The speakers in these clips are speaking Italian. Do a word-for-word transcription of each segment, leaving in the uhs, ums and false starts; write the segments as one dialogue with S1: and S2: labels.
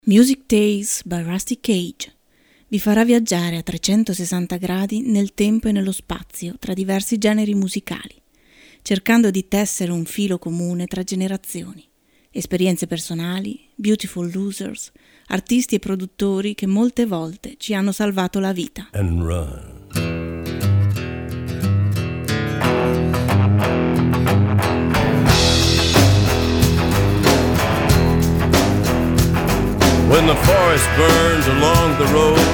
S1: Music Days by Rusty Cage vi farà viaggiare a trecentosessanta gradi nel tempo e nello spazio tra diversi generi musicali, cercando di tessere un filo comune tra generazioni, esperienze personali, beautiful losers, artisti e produttori che molte volte ci hanno salvato la vita.
S2: And run. When the forest burns along the road,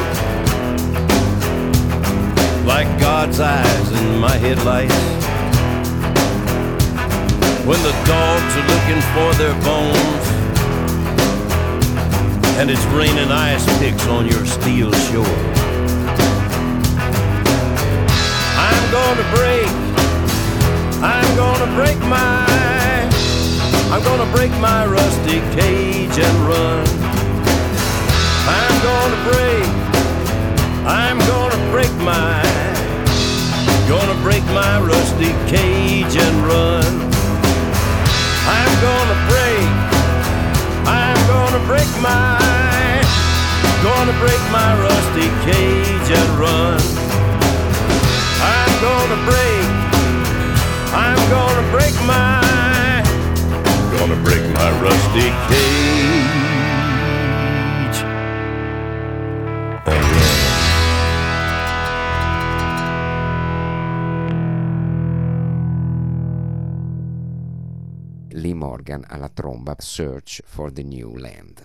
S2: like God's eyes in my headlights, when the dogs are looking for their bones, and it's raining ice picks on your steel shore, I'm gonna break, I'm gonna break my, I'm gonna break my rusty cage and run. I'm gonna break, I'm gonna break my, gonna break my rusty cage and run. I'm gonna break, I'm gonna break my, gonna break my rusty cage and run. I'm gonna break, I'm gonna break my, gonna break my rusty cage.
S3: Lee Morgan alla tromba, Search for the New Land.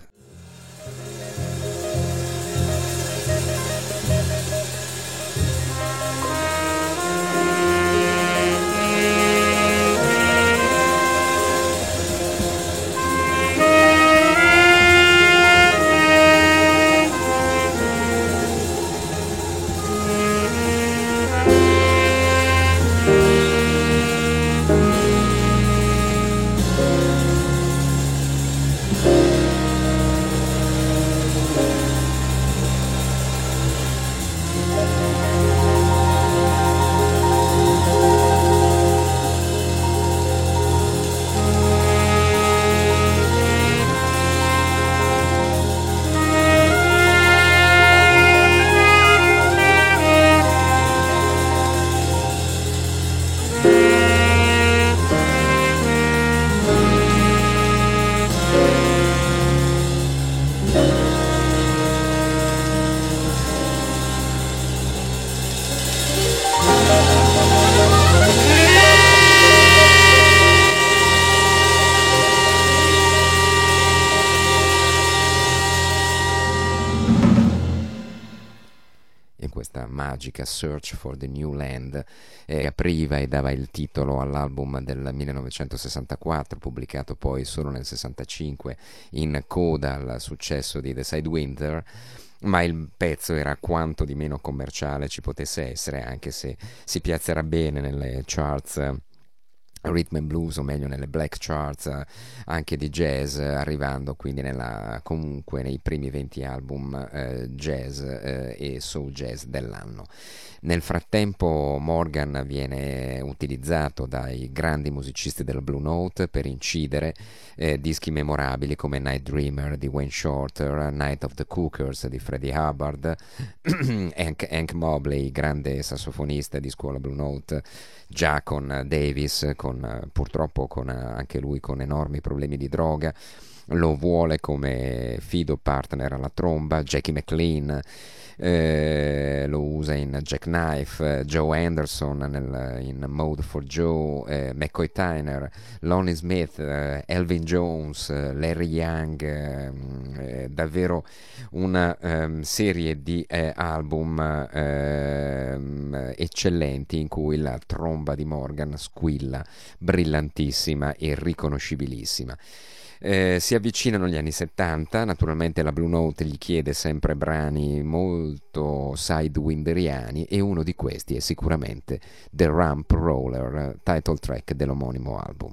S3: Magica Search for the New Land eh, apriva e dava il titolo all'album del millenovecentosessantaquattro, pubblicato poi solo nel sessantacinque in coda al successo di The Sidewinder, ma il pezzo era quanto di meno commerciale ci potesse essere, anche se si piazzerà bene nelle charts rhythm and blues, o meglio nelle black charts anche di jazz, arrivando quindi nella, comunque nei primi venti album eh, jazz eh, e soul jazz dell'anno. Nel frattempo Morgan viene utilizzato dai grandi musicisti del Blue Note per incidere eh, dischi memorabili come Night Dreamer di Wayne Shorter, Night of the Cookers di Freddie Hubbard, Hank, Hank Mobley, grande sassofonista di scuola Blue Note, già con Davis, con, purtroppo con, anche lui con enormi problemi di droga, lo vuole come fido partner alla tromba. Jackie McLean eh, lo usa in Jackknife, Joe Anderson nel, in Mode for Joe, eh, McCoy Tyner, Lonnie Smith, eh, Elvin Jones, eh, Larry Young, eh, davvero una um, serie di eh, album eh, eccellenti in cui la tromba di Morgan squilla brillantissima e riconoscibilissima. Eh, si avvicinano gli anni settanta, naturalmente la Blue Note gli chiede sempre brani molto sidewinderiani e uno di questi è sicuramente The Rump Roller, title track dell'omonimo album.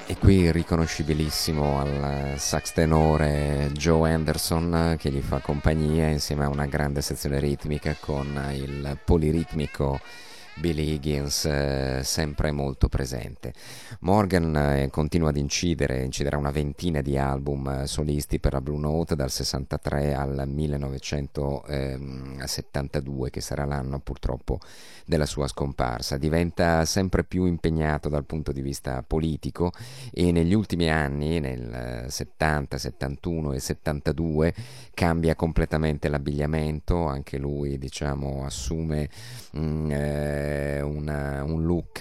S3: E qui riconoscibilissimo al sax tenore Joe Anderson che gli fa compagnia insieme a una grande sezione ritmica con il poliritmico Billy Higgins eh, sempre molto presente. Morgan eh, continua ad incidere, inciderà una ventina di album eh, solisti per la Blue Note dal sessantatré al millenovecentosettantadue, che sarà l'anno purtroppo della sua scomparsa. Diventa sempre più impegnato dal punto di vista politico e negli ultimi anni, nel settanta, settantuno e settantadue, cambia completamente l'abbigliamento, anche lui diciamo assume mh, eh, Una, un look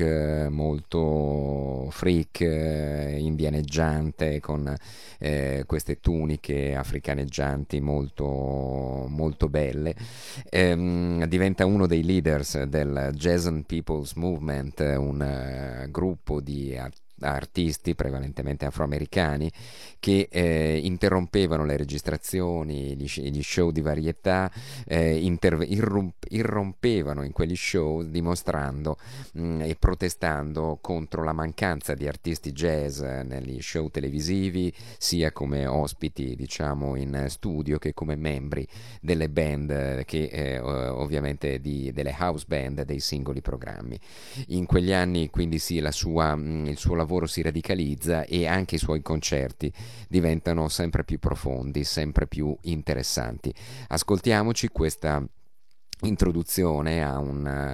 S3: molto freak, eh, indianeggiante, con eh, queste tuniche africaneggianti molto, molto belle. Ehm, diventa uno dei leaders del Jason People's Movement, un uh, gruppo di artisti artisti prevalentemente afroamericani che eh, interrompevano le registrazioni, gli, gli show di varietà, eh, interve- irromp- irrompevano in quegli show dimostrando mh, e protestando contro la mancanza di artisti jazz negli show televisivi, sia come ospiti diciamo in studio che come membri delle band che eh, ovviamente di, delle house band dei singoli programmi. In quegli anni quindi sì, la sua, mh, il suo lavoro si radicalizza e anche i suoi concerti diventano sempre più profondi, sempre più interessanti. Ascoltiamoci questa introduzione a un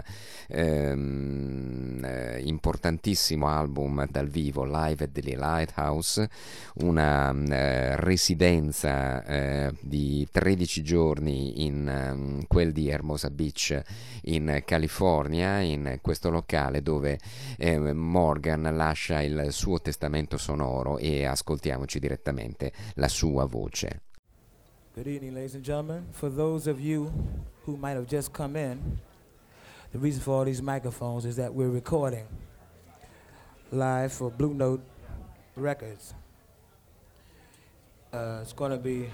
S3: ehm, eh, importantissimo album dal vivo, Live at the Lighthouse, una eh, residenza eh, di tredici giorni in um, quel di Hermosa Beach in California, in questo locale dove eh, Morgan lascia il suo testamento sonoro, e ascoltiamoci direttamente la sua voce.
S4: Good evening, ladies and gentlemen. For those of you who might have just come in, the reason for all these microphones is that we're recording live for Blue Note Records. Uh, it's going to be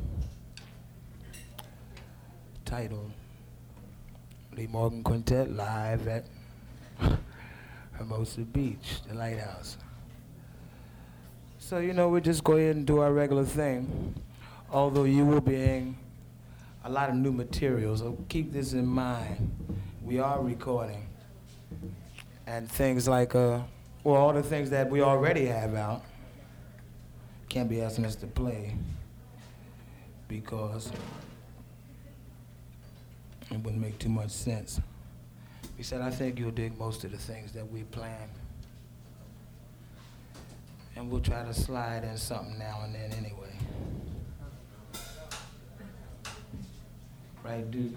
S4: titled Lee Morgan Quintet live at Hermosa Beach, the Lighthouse. So, you know, we'll just go ahead and do our regular thing. Although you will be hearing a lot of new material, so keep this in mind. We are recording. And things like, uh, well, all the things that we already have out can't be asking us to play because it wouldn't make too much sense. We said, I think you'll dig most of the things that we planned. And we'll try to slide in something now and then anyway. Right, Duke?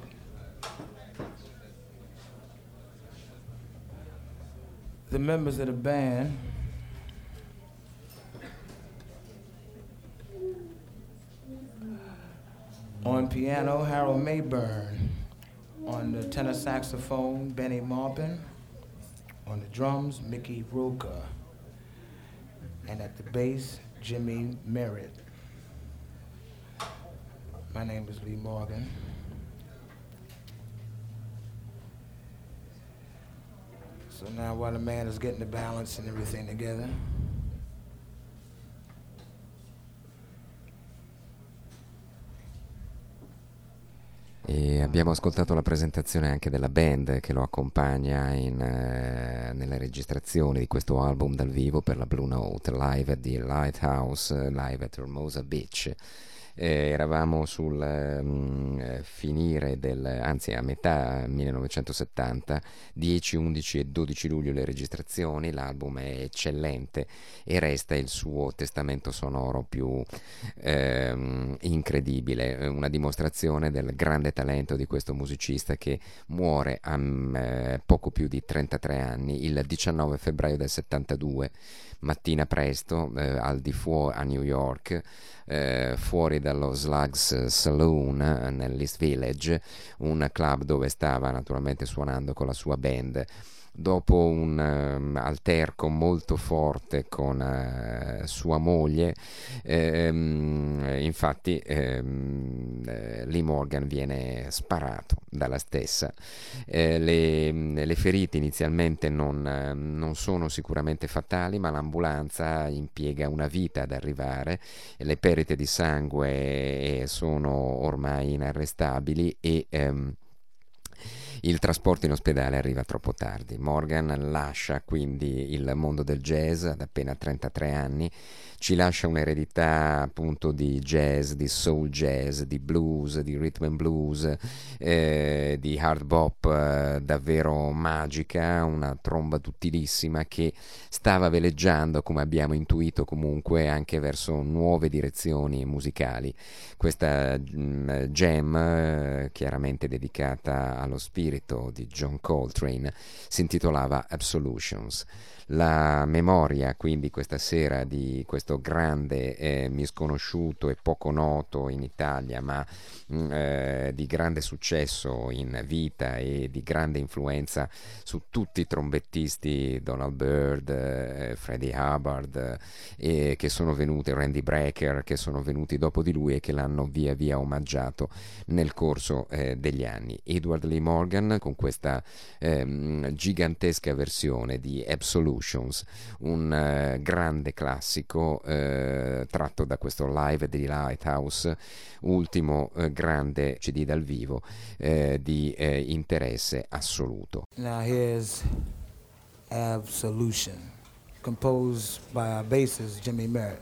S4: The members of the band on piano, Harold Mayburn. On the tenor saxophone, Benny Maupin. On the drums, Mickey Roca. And at the bass, Jimmy Merritt. My name is Lee Morgan. So now while the man is getting the balance and everything together,
S3: e abbiamo ascoltato la presentazione anche della band che lo accompagna in, eh, nelle registrazioni di questo album dal vivo per la Blue Note, Live at the Lighthouse, Live at Hermosa Beach. Eh, eravamo sul um, finire del, anzi a metà millenovecentosettanta, dieci, undici e dodici luglio le registrazioni. L'album è eccellente e resta il suo testamento sonoro più ehm, incredibile, una dimostrazione del grande talento di questo musicista che muore a eh, poco più di trentatré anni, il diciannove febbraio del settantadue, mattina presto, eh, al di fuori a New York, eh, fuori dallo Slugs Saloon eh, nell'East Village, un club dove stava naturalmente suonando con la sua band. dopo un um, alterco molto forte con uh, sua moglie, ehm, infatti ehm, Lee Morgan viene sparato dalla stessa. Eh, le, le ferite inizialmente non, non sono sicuramente fatali, ma l'ambulanza impiega una vita ad arrivare, le perdite di sangue sono ormai inarrestabili e ehm, il trasporto in ospedale arriva troppo tardi. Morgan lascia quindi il mondo del jazz ad appena trentatré anni, ci lascia un'eredità appunto di jazz, di soul jazz, di blues, di rhythm and blues, eh, di hard bop eh, davvero magica, una tromba duttilissima che stava veleggiando, come abbiamo intuito comunque, anche verso nuove direzioni musicali. Questa mh, jam, eh, chiaramente dedicata allo spirito di John Coltrane, si intitolava Absolutions. La memoria quindi questa sera di questo grande eh, misconosciuto e poco noto in Italia, ma mh, eh, di grande successo in vita e di grande influenza su tutti i trombettisti, Donald Byrd, eh, Freddie Hubbard, eh, che sono venuti, Randy Brecker, che sono venuti dopo di lui e che l'hanno via via omaggiato nel corso eh, degli anni. Edward Lee Morgan con questa eh, gigantesca versione di Absolutions, un uh, grande classico uh, tratto da questo live di Lighthouse, ultimo uh, grande C D dal vivo uh, di uh, interesse assoluto.
S4: Now here's Absolution, composed by our bassist Jimmy Merritt.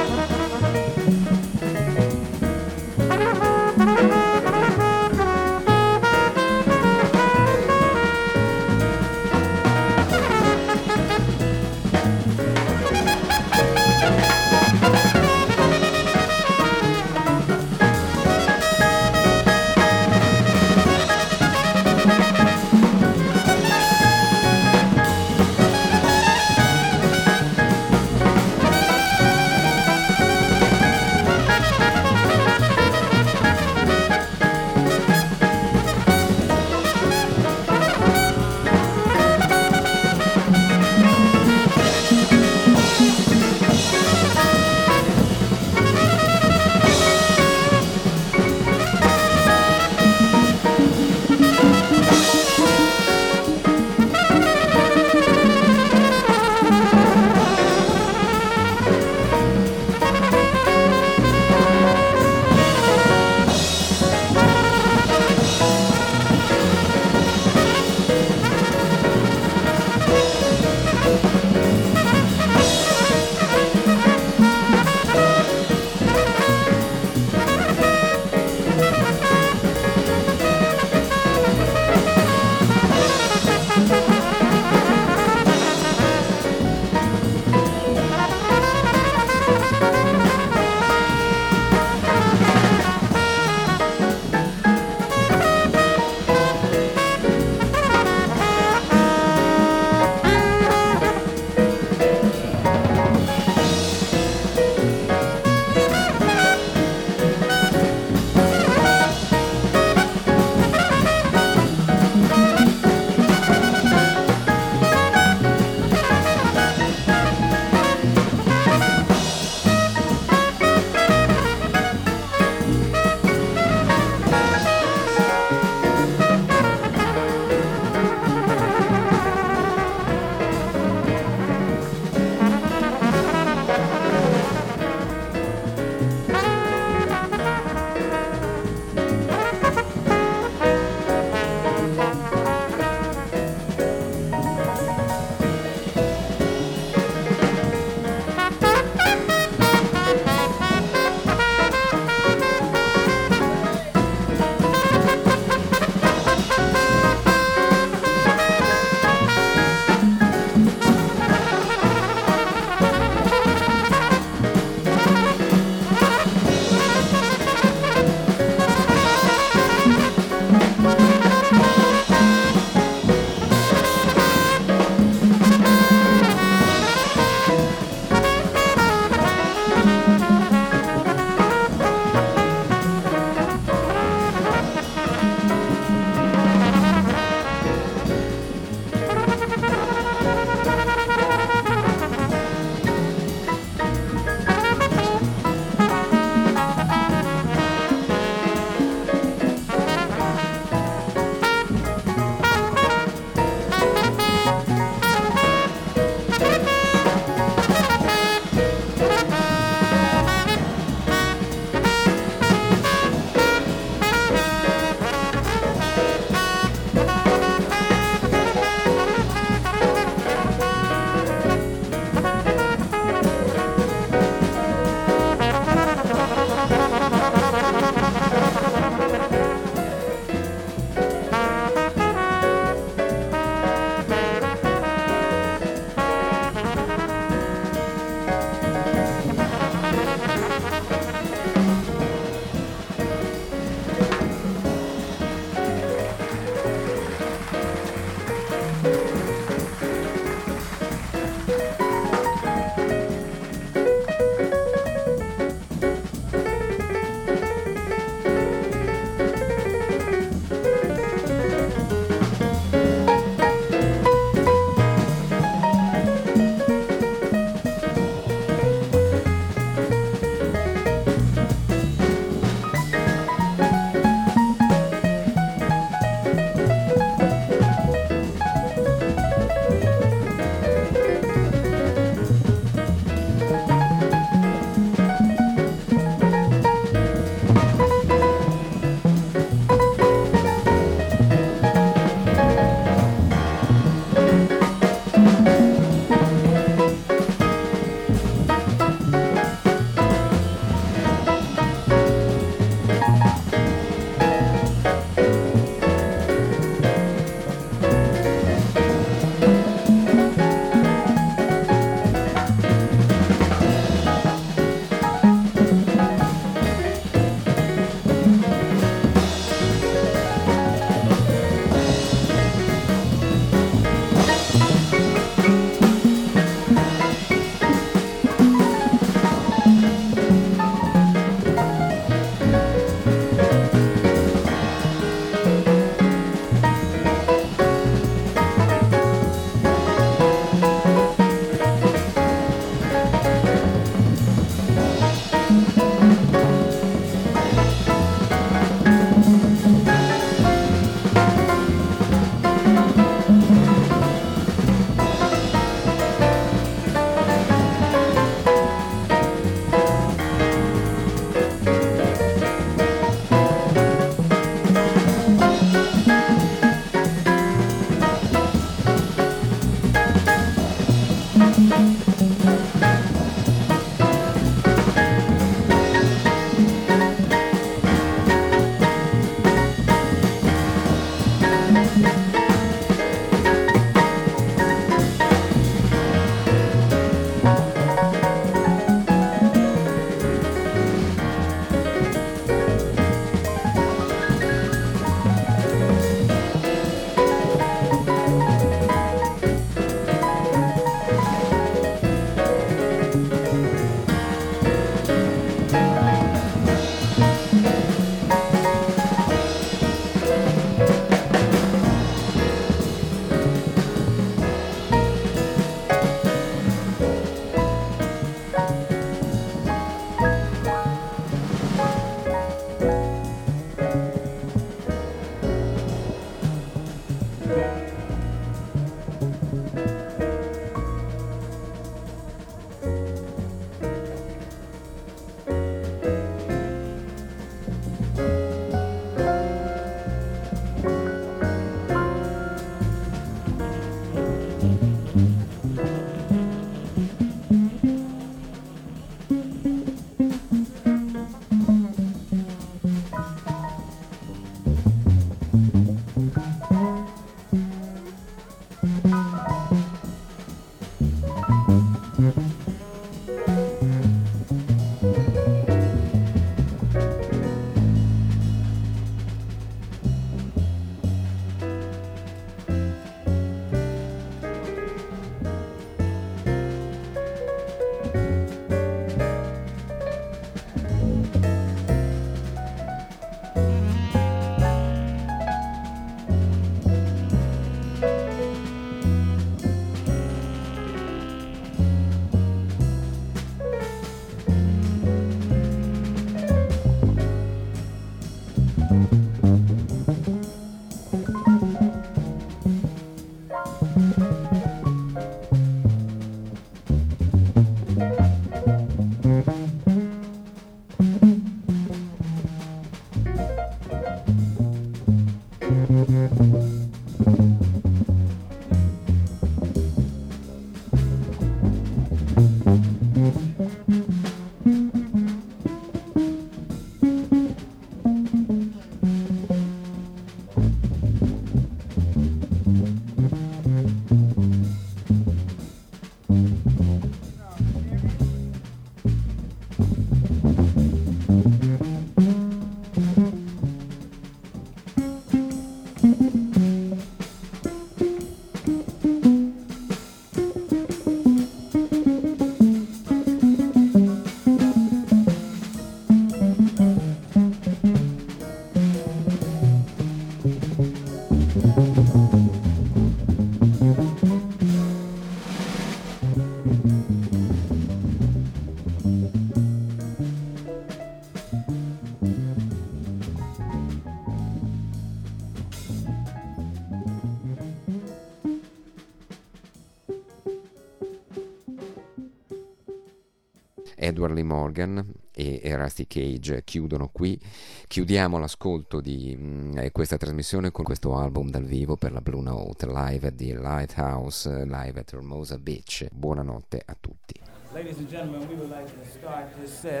S3: Edward Lee Morgan e, e Rusty Cage chiudono qui. Chiudiamo l'ascolto di mh, questa trasmissione con questo album dal vivo per la Blue Note, live at the Lighthouse, live at Hermosa Beach. Buonanotte a tutti.
S4: Ladies and gentlemen, we would like to start this set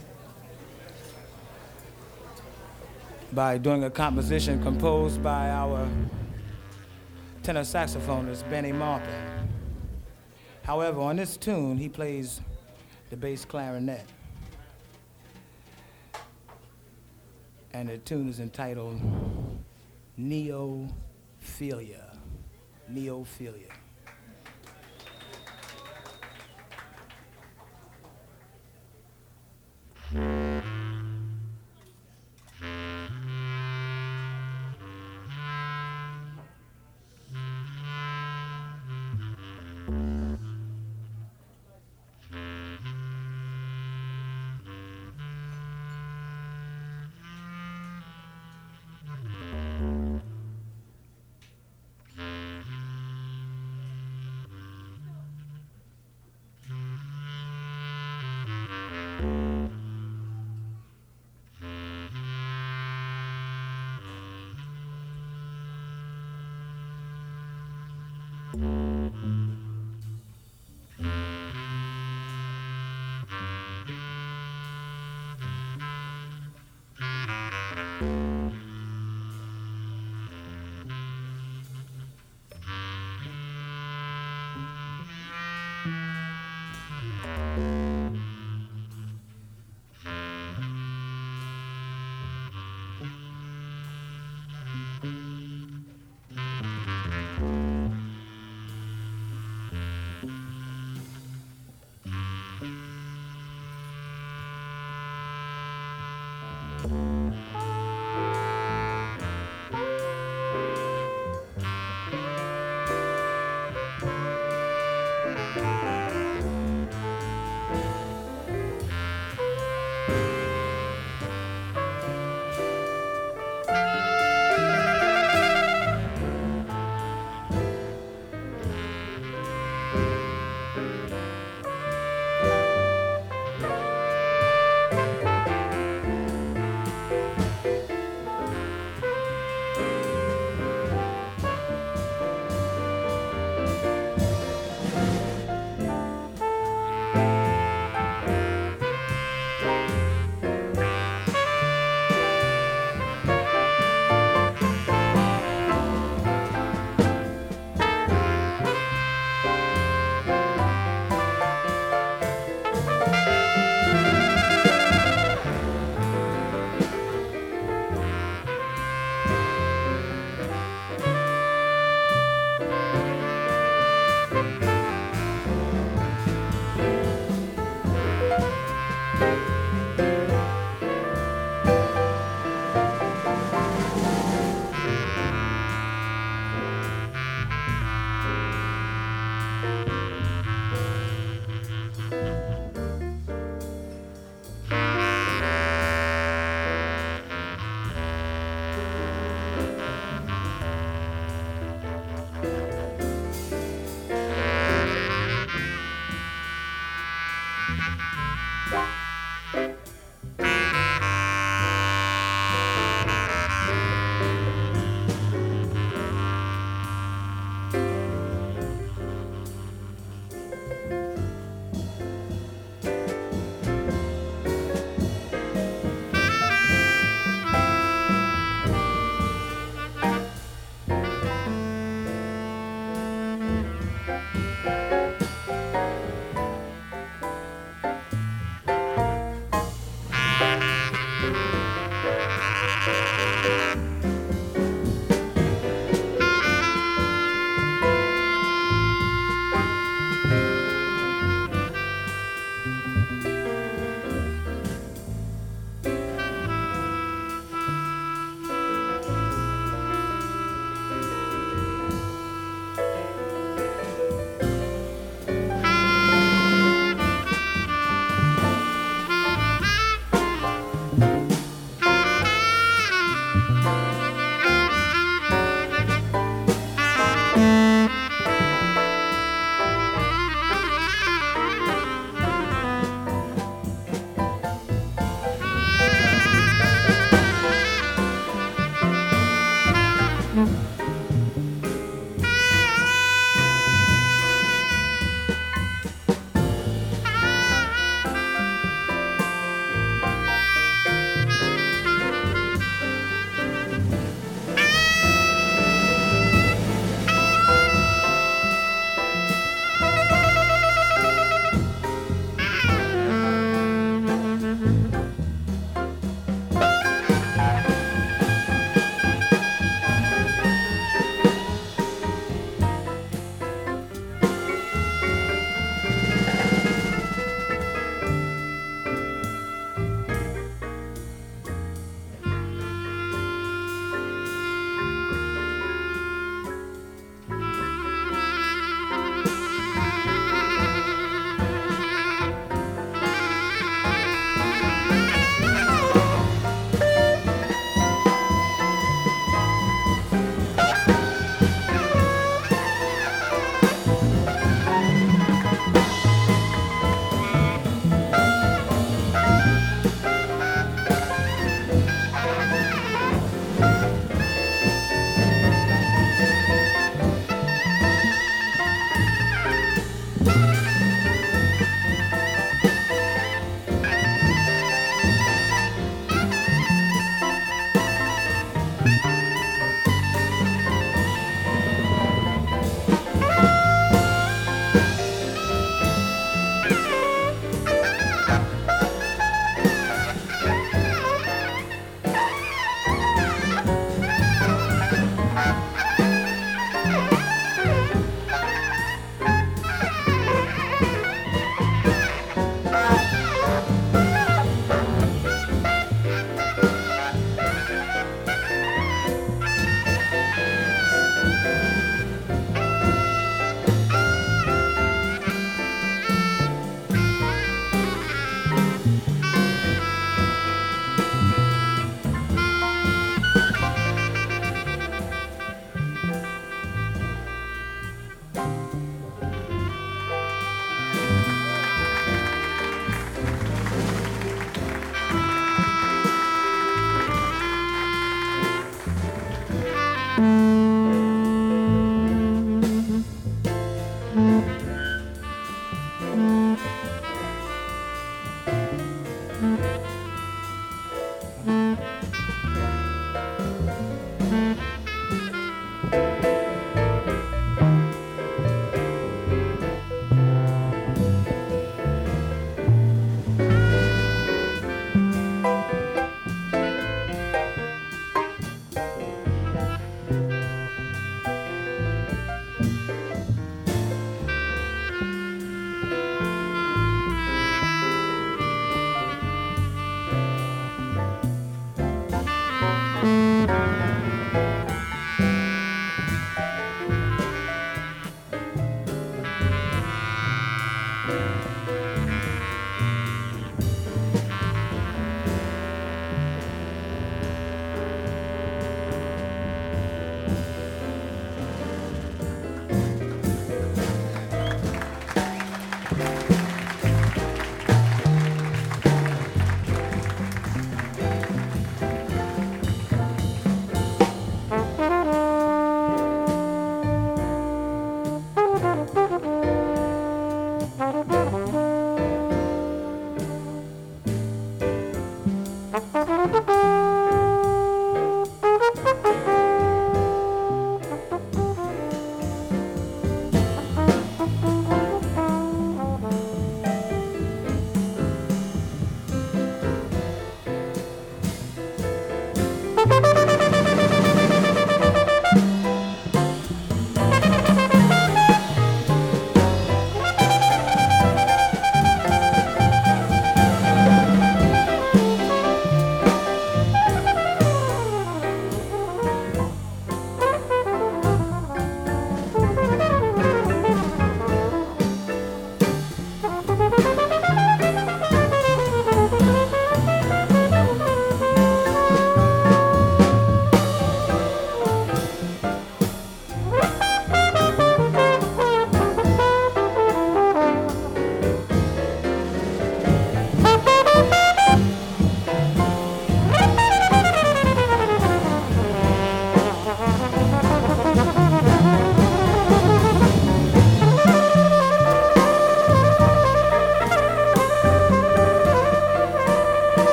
S4: by doing a composition composed by our tenor saxophonist, Benny Maupin. However, on this tune, he plays the bass clarinet. And the tune is entitled Neophilia. Neophilia.